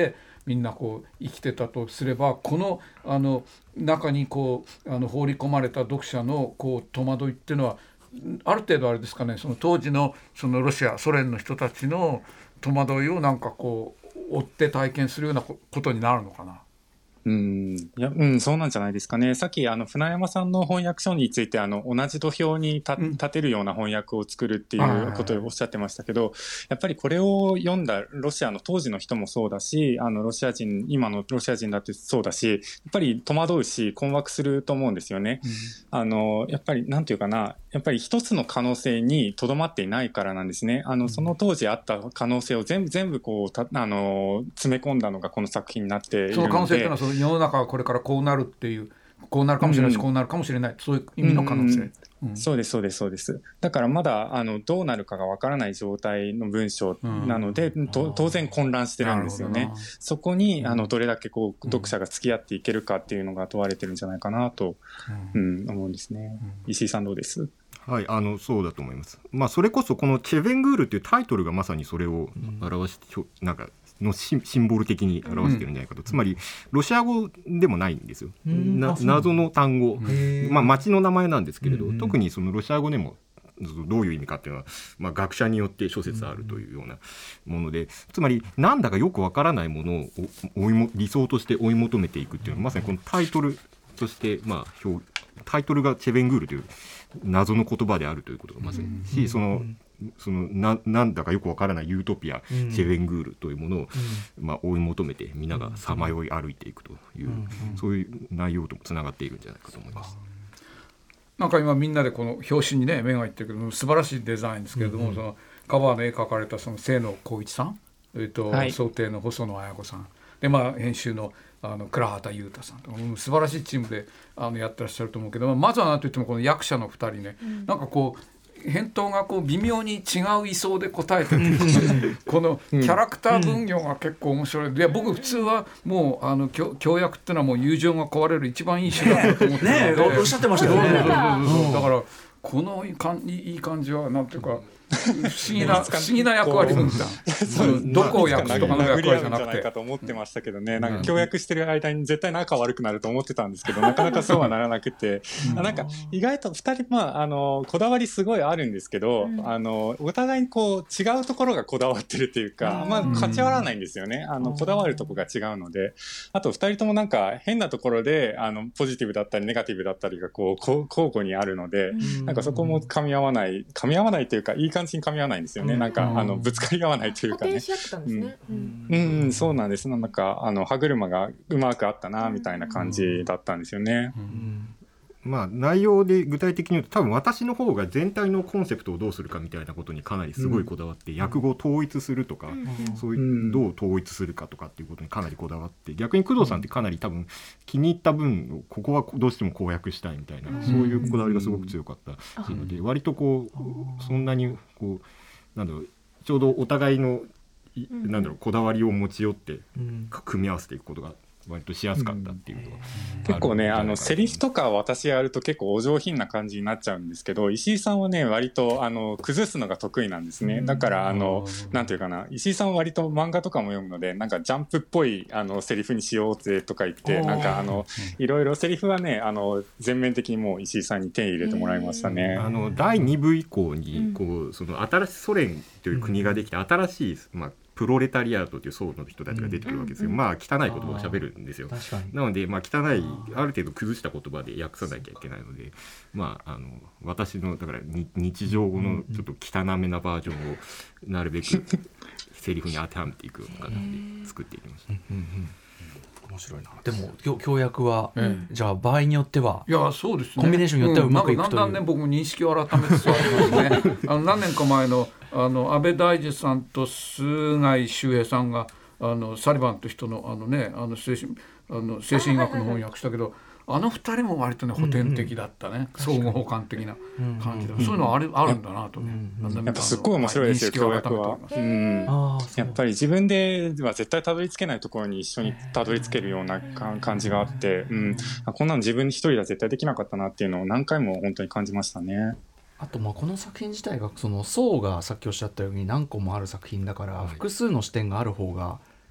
みんなこう生きてたとすれば、この中にこう放り込まれた読者のこう戸惑いっていうのはある程度あれですかね、その当時のそのロシアソ連の人たちの戸惑いをなんかこう追って体験するようなことになるのかな。 いや、そうなんじゃないですかね。さっき船山さんの翻訳書について同じ土俵に立てるような翻訳を作るっていうことをおっしゃってましたけど、やっぱりこれを読んだロシアの当時の人もそうだし、ロシア人、今のロシア人だってそうだし、やっぱり戸惑うし困惑すると思うんですよね。やっぱりなんていうかな、やっぱり一つの可能性にとどまっていないからなんですね。その当時あった可能性を全部こう詰め込んだのがこの作品になっているので、 その可能性というのはその世の中はこれからこうなるっていう、こうなるかもしれないし、こうなるかもしれない、そういう意味の可能性。 そうですそうですそうです。だからまだどうなるかがわからない状態の文章なので、当然混乱してるんですよね。そこにどれだけこう読者が付き合っていけるかっていうのが問われてるんじゃないかなと、思うんですね。石井さんどうです？ はい、そうだと思います。それこそこのチェベングールっていうタイトルがまさにそれを表して、なんかのシンボル的に表してるんじゃないかと。つまりロシア語でもないんですよ。謎の単語、町の名前なんですけれど、特にそのロシア語でもどういう意味かっていうのは、学者によって諸説あるというようなもので、つまりなんだかよくわからないものを理想として追い求めていくっていうのは、まさにこのタイトルとして、タイトルがチェベングールという謎の言葉であるということがまさにし、なんだかよくわからないユートピア、チェベングールというものを、追い求めて皆がさまよい歩いていくという、そういう内容ともつながっているんじゃないかと思います。 なんか今みんなでこの表紙にね目がいってるけど素晴らしいデザインですけれども、そのカバーの絵描かれたその清野浩一さん、想定の細野綾子さんで、編集の倉畑裕太さんとか素晴らしいチームでやってらっしゃると思うけど、まずは何といってもこの役者の2人ね、なんかこう返答がこう微妙に違う位相で答えてるこのキャラクター分業が結構面白い。で僕普通はもう協約っていうのはもう友情が壊れる一番いい手段だと思ってるので、 おっしゃってましたよね。 だからこのいい感じはなんていうか不思議な役割分担どこを訳すとかの役割じゃなくてと思ってましたけどね、なんか協約してる間に絶対仲悪くなると思ってたんですけど、なかなかそうはならなくてなんか意外と2人こだわりすごいあるんですけど、お互いにこう違うところがこだわってるっていうか、勝ち割らないんですよね。こだわるとこが違うので、あと2人ともなんか変なところでポジティブだったりネガティブだったりがこう交互にあるので、なんかそこも噛み合わないというか、いい感じに噛み合わないんですよね。なんかぶつかり合わないというかね。そうなんです。なんか歯車がうまくあったなみたいな感じだったんですよね。 内容で具体的に言うと、多分私の方が全体のコンセプトをどうするかみたいなことにかなりすごいこだわって、訳語を統一するとか、そういうどう統一するかとかっていうことにかなりこだわって、逆に工藤さんってかなり多分気に入った分ここはどうしても公約したいみたいな、そういうこだわりがすごく強かったので、割とこうそんなにこうなんだろう、ちょうどお互いのなんだろうこだわりを持ち寄って組み合わせていくことが割としやすかったっていうのは、 結構ねセリフとか私やると結構お上品な感じになっちゃうんですけど、石井さんはね割と崩すのが得意なんですね。だからなんていうかな、石井さんは割と漫画とかも読むので、なんかジャンプっぽいセリフにしようぜとか言って、なんかいろいろセリフはね全面的にもう石井さんに手入れてもらいましたね。 第2部以降にこうその新しいソ連という国ができて、新しいプロレタリアートという層の人たちが出てくるわけですよ。汚い言葉を喋るんですよ。なので、汚いある程度崩した言葉で訳さなきゃいけないので、私のだから日常語のちょっと汚めなバージョンをなるべくセリフに当てはめていくような形で作っていきました。 面白いな。でも協約は、じゃあ場合によっては、 いやそうですね、 コンビネーションによってはうまくいくという、 だんだんね僕も認識を改めてそうですね何年か前の安倍大二さんと菅井秀平さんがサリバンという人の精神医学の本訳したけど、2人も割とね補填的だったね、相互補完的な感じで、そういうのはあるんだなとね、 やっぱすっごい面白いですよ協約は。やっぱり自分では絶対たどり着けないところに一緒にたどり着けるような感じがあって、こんなの自分一人では絶対できなかったなっていうのを何回も本当に感じましたね。 あとこの作品自体がその層がさっきおっしゃったように何個もある作品だから、複数の視点がある方が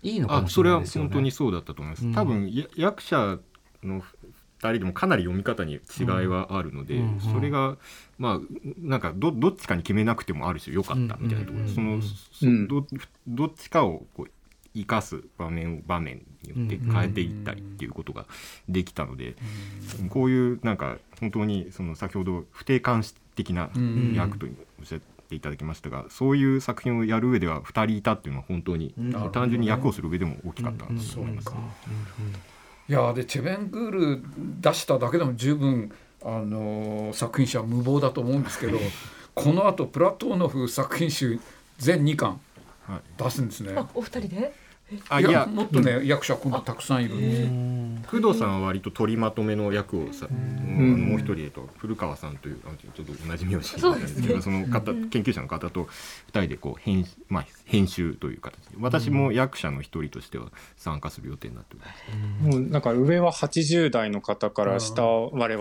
いいのかもしそれはれないですよね。 本当にそうだったと思います。多分役者の2人でもかなり読み方に違いはあるので、それがまあなんかどっちかに決めなくてもある種良かったみたいなところ、どっちかをこう生かす場面によって変えていったりっていうことができたので、こういうなんか本当にその先ほど不定冠的な役とおっしゃっていただきましたが、そういう作品をやる上では2人いたっていうのは本当に単純に役をする上でも大きかったと思います。 いやでチェベングール出しただけでも十分作品集は無謀だと思うんですけどこのあとプラトーノフ作品集全2巻出すんですね。 お二人でいやもっとね、役者今度たくさんいるんですよ。 工藤さんは割と取りまとめの役をさ、もう一人古川さんというちょっと同じ名字なんですけど、その方研究者の方と2人でこう編集という形で、私も役者の一人としては参加する予定になっております。 もうなんか上は80代の方から下は我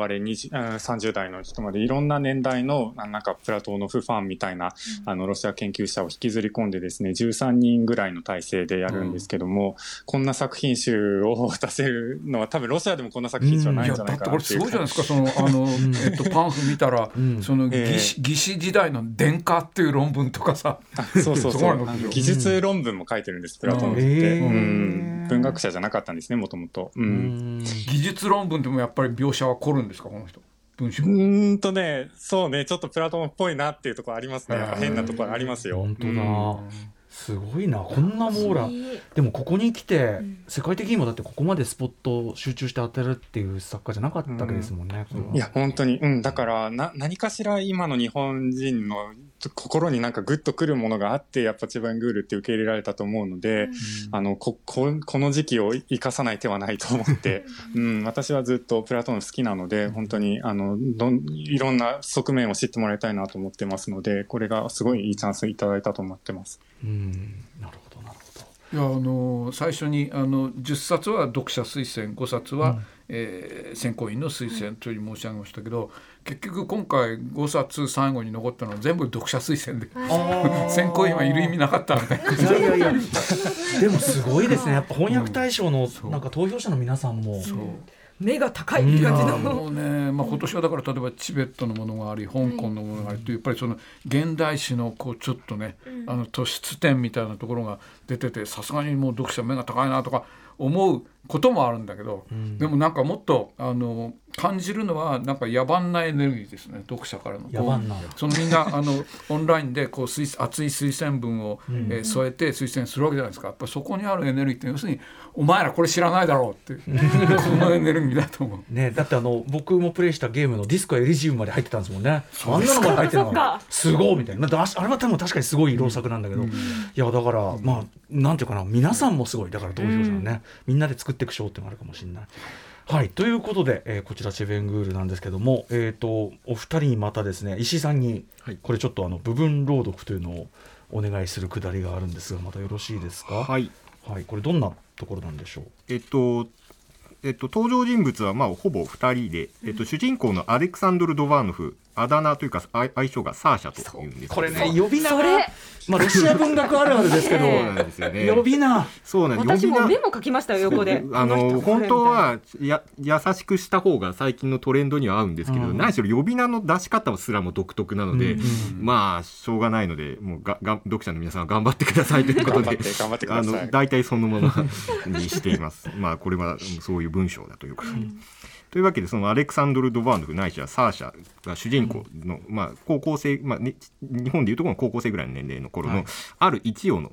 々30代の人までいろんな年代のなんかプラトーノフファンみたいなロシア研究者を引きずり込んでですね、13人ぐらいの体制でやるんですけども、こんな作品集を出せるのは多分ロシアでもこんな作品集はないんじゃないかなっていう。 いやだってこれすごいじゃないですか。そのパンフ見たら、その義士時代の殿下っていう論文とかさ、 そう技術論文も書いてるんです、プラトーノフって。文学者じゃなかったんですね、もともと。 技術論文でもやっぱり描写は凝るんですか、この人。文章ね、そうね、ちょっとプラトーノフっぽいなっていうところありますね。変なところありますよ。 本当だ。すごいな、こんな網羅。でもここに来て、世界的にもだってここまでスポットを集中して当てるっていう作家じゃなかったわけですもんね。 いや本当に、だから何かしら今の日本人の心になんかグッとくるものがあって、やっぱチェベングールって受け入れられたと思うので、この時期を生かさない手はないと思って、私はずっとプラトーノフ好きなので、本当にいろんな側面を知ってもらいたいなと思ってますので、これがすごいいいチャンスいただいたと思ってます。 なるほどなるほど。 いや最初に10冊は読者推薦、5冊は、選考員の推薦という申し上げましたけど、結局今回5冊最後に残ったのは全部読者推薦で選考員はいる意味なかったみたいな。 いやでもすごいですね。やっぱ翻訳大賞のなんか投票者の皆さんも目が高いって感じの。 もうね、今年はだから例えばチベットのものがあり、香港のものがありという、やっぱりその現代史のこうちょっとね、突出点みたいなところが出てて、さすがにもう読者目が高いなとか思うこともあるんだけど、でもなんかもっと感じるのはなんか野蛮なエネルギーですね、読者からの。そのみんなオンラインでこう熱い推薦文を、添えて推薦するわけじゃないですか。やっぱそこにあるエネルギーって、要するにお前らこれ知らないだろうってそのエネルギーだと思う、 ね。だって僕もプレイしたゲームのディスコエリジウムまで入ってたんですもんね。あんなのまで入ってたのがすごいみたいな。あれは多分確かにすごい良作なんだけど、いやだからまあなんていうかな、皆さんもすごい、だから投票者ね、みんなで作っていく賞っていうのがあるかもしれない。はい、ということで、こちらチェベングールなんですけども、お二人にまたですね、石井さんに、これちょっと部分朗読というのをお願いするくだりがあるんですが、またよろしいですか。はい、これどんなところなんでしょう。 登場人物はほぼ2人で、主人公のアレクサンドル・ドバーノフ、あだ名というか愛称がサーシャというんですけど、 これね、呼び名がロシア文学あるあるですけど、そうなんですよね、呼び名。 そうなんです。私もメモ書きましたよ、横で。 本当は優しくした方が最近のトレンドには合うんですけど、何しろ呼び名の出し方すらも独特なので、まあしょうがないので、もう読者の皆さんは頑張ってくださいということで、大体そのままにしています。まあこれはそういう文章だということで。というわけで、そのアレクサンドル・ドバーノフないしはサーシャが主人公の、高校生、日本でいうところの高校生ぐらいの年齢の頃の、ある一夜の、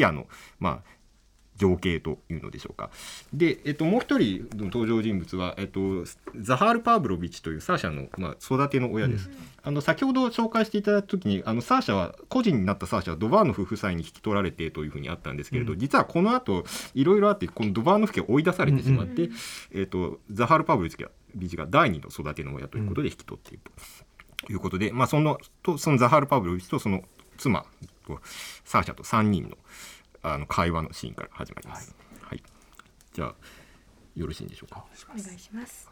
情景というのでしょうか。で、もう一人の登場人物は、ザハール・パーブロビッチというサーシャの、育ての親です。先ほど紹介していただいた時にサーシャは個人になったサーシャはドバーノフ夫妻に引き取られてというふうにあったんですけれど、実はこの後いろいろあって、このドバーノフ家を追い出されてしまって、ザハール・パーブロビッチが第二の育ての親ということで引き取っているということで、そのザハール・パーブロビッチとその妻とサーシャと3人の会話のシーンから始まります。はい、じゃあよろしいんでしょうか。 お願いします。 はい。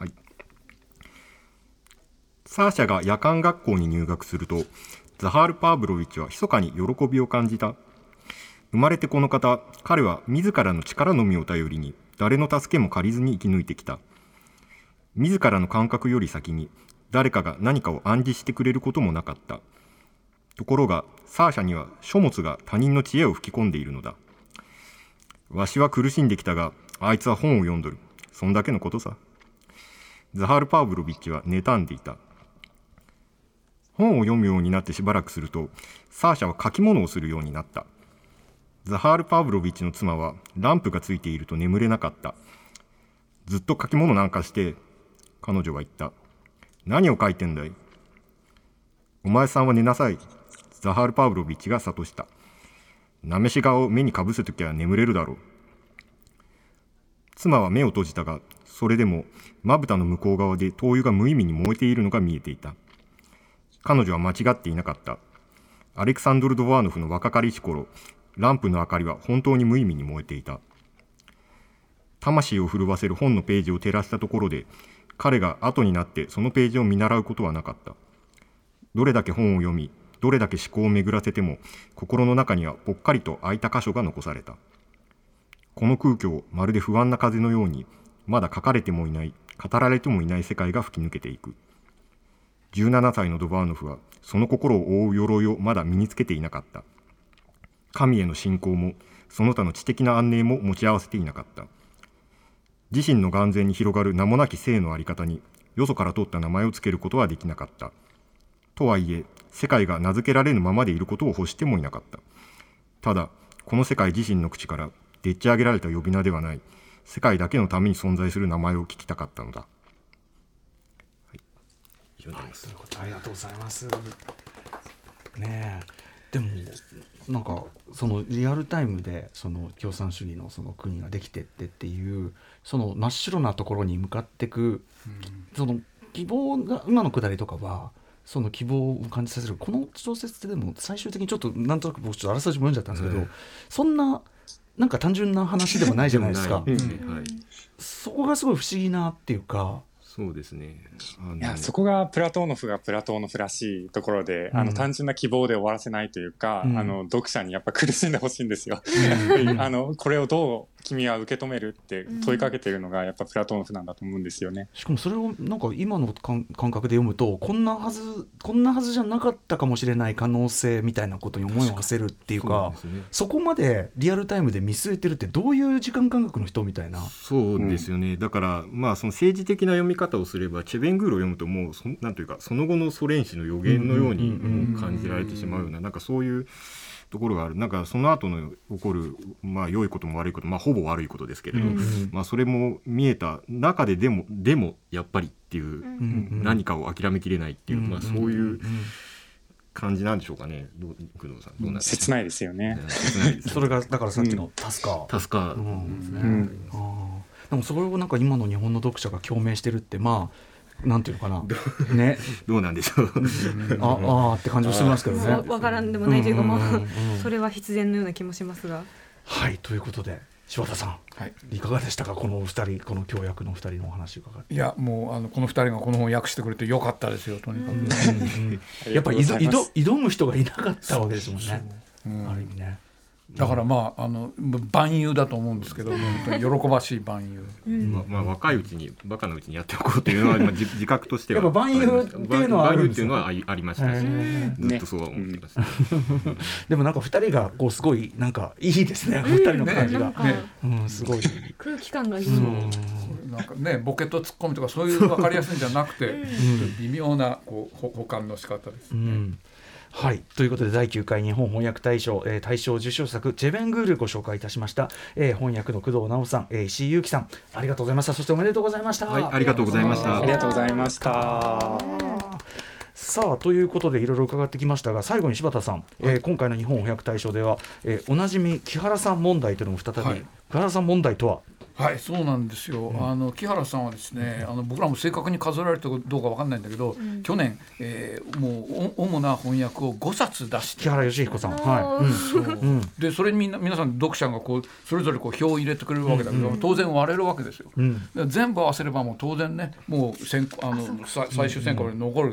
サーシャが夜間学校に入学すると、ザハール・パーブロビッチは密かに喜びを感じた。 生まれてこの方、彼は自らの力のみを頼りに誰の助けも借りずに生き抜いてきた。自らの感覚より先に誰かが何かを暗示してくれることもなかった。ところがサーシャには書物が他人の知恵を吹き込んでいるのだ。わしは苦しんできたが、あいつは本を読んどる。そんだけのことさ。ザハール・パウロビッチは妬んでいた。本を読むようになってしばらくすると、サーシャは書き物をするようになった。ザハール・パウロビッチの妻はランプがついていると眠れなかった。ずっと書き物なんかして、彼女は言った。何を書いてんだい。お前さんは寝なさい。ザハール・パウロビッチが諭した。なめし顔を目にかぶせときゃ眠れるだろう。妻は目を閉じたが、それでもまぶたの向こう側で灯油が無意味に燃えているのが見えていた。彼女は間違っていなかった。アレクサンドル・ドワーノフの若かりし頃、ランプの明かりは本当に無意味に燃えていた。魂を震わせる本のページを照らしたところで、彼が後になってそのページを見習うことはなかった。どれだけ本を読み、どれだけ思考を巡らせても、心の中にはぽっかりと空いた箇所が残された。この空虚をまるで不安な風のように、まだ書かれてもいない、語られてもいない世界が吹き抜けていく。17歳のドバーノフは、その心を覆う鎧をまだ身につけていなかった。神への信仰も、その他の知的な安寧も持ち合わせていなかった。自身の眼前に広がる名もなき生のあり方に、よそから取った名前をつけることはできなかった。とはいえ、世界が名付けられぬままでいることを欲してもいなかった。ただ、この世界自身の口からでっち上げられた呼び名ではない、世界だけのために存在する名前を聞きたかったのだ。はい、以上になります。 ありがとうございます。ねえ、でもなんかそのリアルタイムでその共産主義のその国ができてっていうその真っ白なところに向かっていく、その希望が今のくだりとかはその希望を感じさせるこの小説ってでも最終的にちょっとなんとなく僕ちょっとあらすじも読んじゃったんですけど、そんななんか単純な話でもないじゃないですか。そこがすごい不思議なっていうか。 そうですね。 いや、そこがプラトーノフがプラトーノフらしいところで、単純な希望で終わらせないというか、読者にやっぱ苦しんでほしいんですよ。これをどう君は受け止めるって問いかけているのがやっぱプラトーノフなんだと思うんですよね。 しかもそれをなんか今の感覚で読むとこんなはずじゃなかったかもしれない可能性みたいなことに思いを馳せるっていうか、そこまでリアルタイムで見据えてるってどういう時間感覚の人みたいな。 そうですよね。だからまあその政治的な読み方をすればチェベングールを読むともうなんというかその後のソ連史の予言のように感じられてしまうような、なんかそういうところがある。なんかその後の起こるまあ良いことも悪いこと、まあほぼ悪いことですけれど、まあそれも見えた中ででもやっぱりっていう何かを諦めきれないっていう、まあそういう感じなんでしょうかね。工藤さんどうなんですか。 切ないですよね。 それがだからさっきのタスカー、でもそれをなんか今の日本の読者が共鳴してるってまあなんていうのかなね、 どうなんでしょうあって感じもしてますけどね。 わからんでもないというか、まあそれは必然のような気もしますが。 はい、ということで柴田さん、いかがでしたか、この2人、この協約の2人のお話伺って。 いやもうこの2人がこの本を訳してくれてよかったですよ、とにかく。 やっぱり挑む人がいなかったわけですもんね、ある意味ね。 だからまあ万有だと思うんですけど、本当に喜ばしい万有。 まあ若いうちにバカなうちにやっておこうというのは自覚としてはやっぱ万有っていうのはあるんですよ。 万有っていうのはありましたし、ずっとそうは思ってました。 でもなんか2人がこうすごいなんかいいですね、2人の感じがすごい空気感がいい。 なんかね、ボケとツッコミとかそういう分かりやすいんじゃなくて微妙なこう補完の仕方ですね。 はい、ということで第9回日本翻訳大賞、大賞受賞作チェベングールご紹介いたしました。翻訳の工藤直さん、石井祐樹さん、ありがとうございました。そしておめでとうございました。 はい、ありがとうございました。 ありがとうございました。 さあということでいろいろ伺ってきましたが、最後に柴田さん、今回の日本翻訳大賞では、おなじみ木原さん問題というのも再び、木原さん問題とは。 はい、そうなんですよ。木原さんはですね、僕らも正確に数えられたかどうか分かんないんだけど、去年、もう主な翻訳を5冊出して、 木原義彦さん、 でそれに皆さん読者がこうそれぞれこう票を入れてくれるわけだけど、当然割れるわけですよ。全部合わせればもう当然ね、もう最終選考まで残る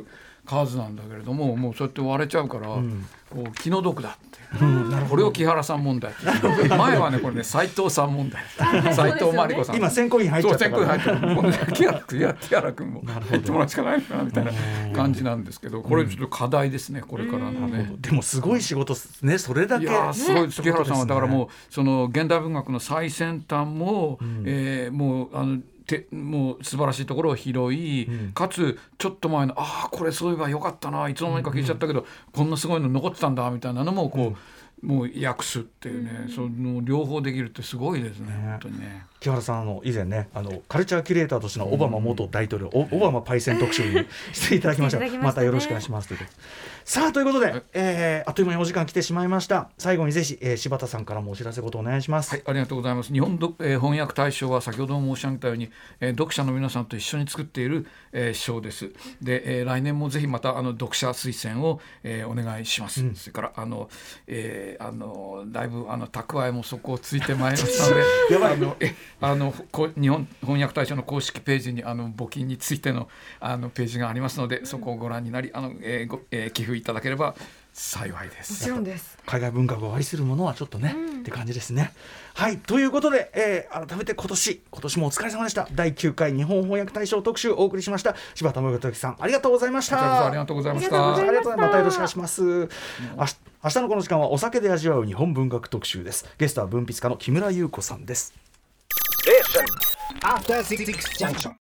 数なんだけれども、もうそうやって割れちゃうから、こう気の毒だってこれを木原さん問題前はねこれね斉藤さん問題斉藤真理子さん今選考委員入っちゃったから、 そう選考委員入ってる木原君も入ってもらうしかないのかなみたいな感じなんですけど、これちょっと課題ですねこれからのね。 でもすごい仕事ですね、それだけ。 いやすごいです。木原さんはだからもうその現代文学の最先端も、もうもう素晴らしいところを拾い、かつちょっと前のこれそういえばよかったな、いつの間にか聞いちゃったけど、こんなすごいの残ってたんだみたいなのもこう、もう訳すっていうね、その両方できるってすごいですね、本当にね。 木原さん以前ねカルチャーキュレーターとしてのオバマ元大統領、オバマパイセン特集にしていただきました。またよろしくお願いしますということで。さあということで、あっという間にお時間来てしまいました。最後にぜひ、柴田さんからもお知らせことお願いします。 はい、ありがとうございます。日本翻訳大賞は先ほども申し上げたように、読者の皆さんと一緒に作っている、賞です。で、来年もぜひまた読者推薦を、お願いします。それからだいぶ蓄えも底をついてまいりましたので日本翻訳大賞の公式ページに募金についてのページがありますので、そこをご覧になり寄付いただければ幸いです。 もちろんです。 海外文学を愛するものはちょっとね、って感じですね。はいということで、改めて今年もお疲れ様でした。第9回日本翻訳大賞特集お送りしました。柴田信之さんありがとうございました。 ありがとうございました。 またよろしくお願いします。明日のこの時間はお酒で味わう日本文学特集です。ゲストは文筆家の木村優子さんです。After 66 junction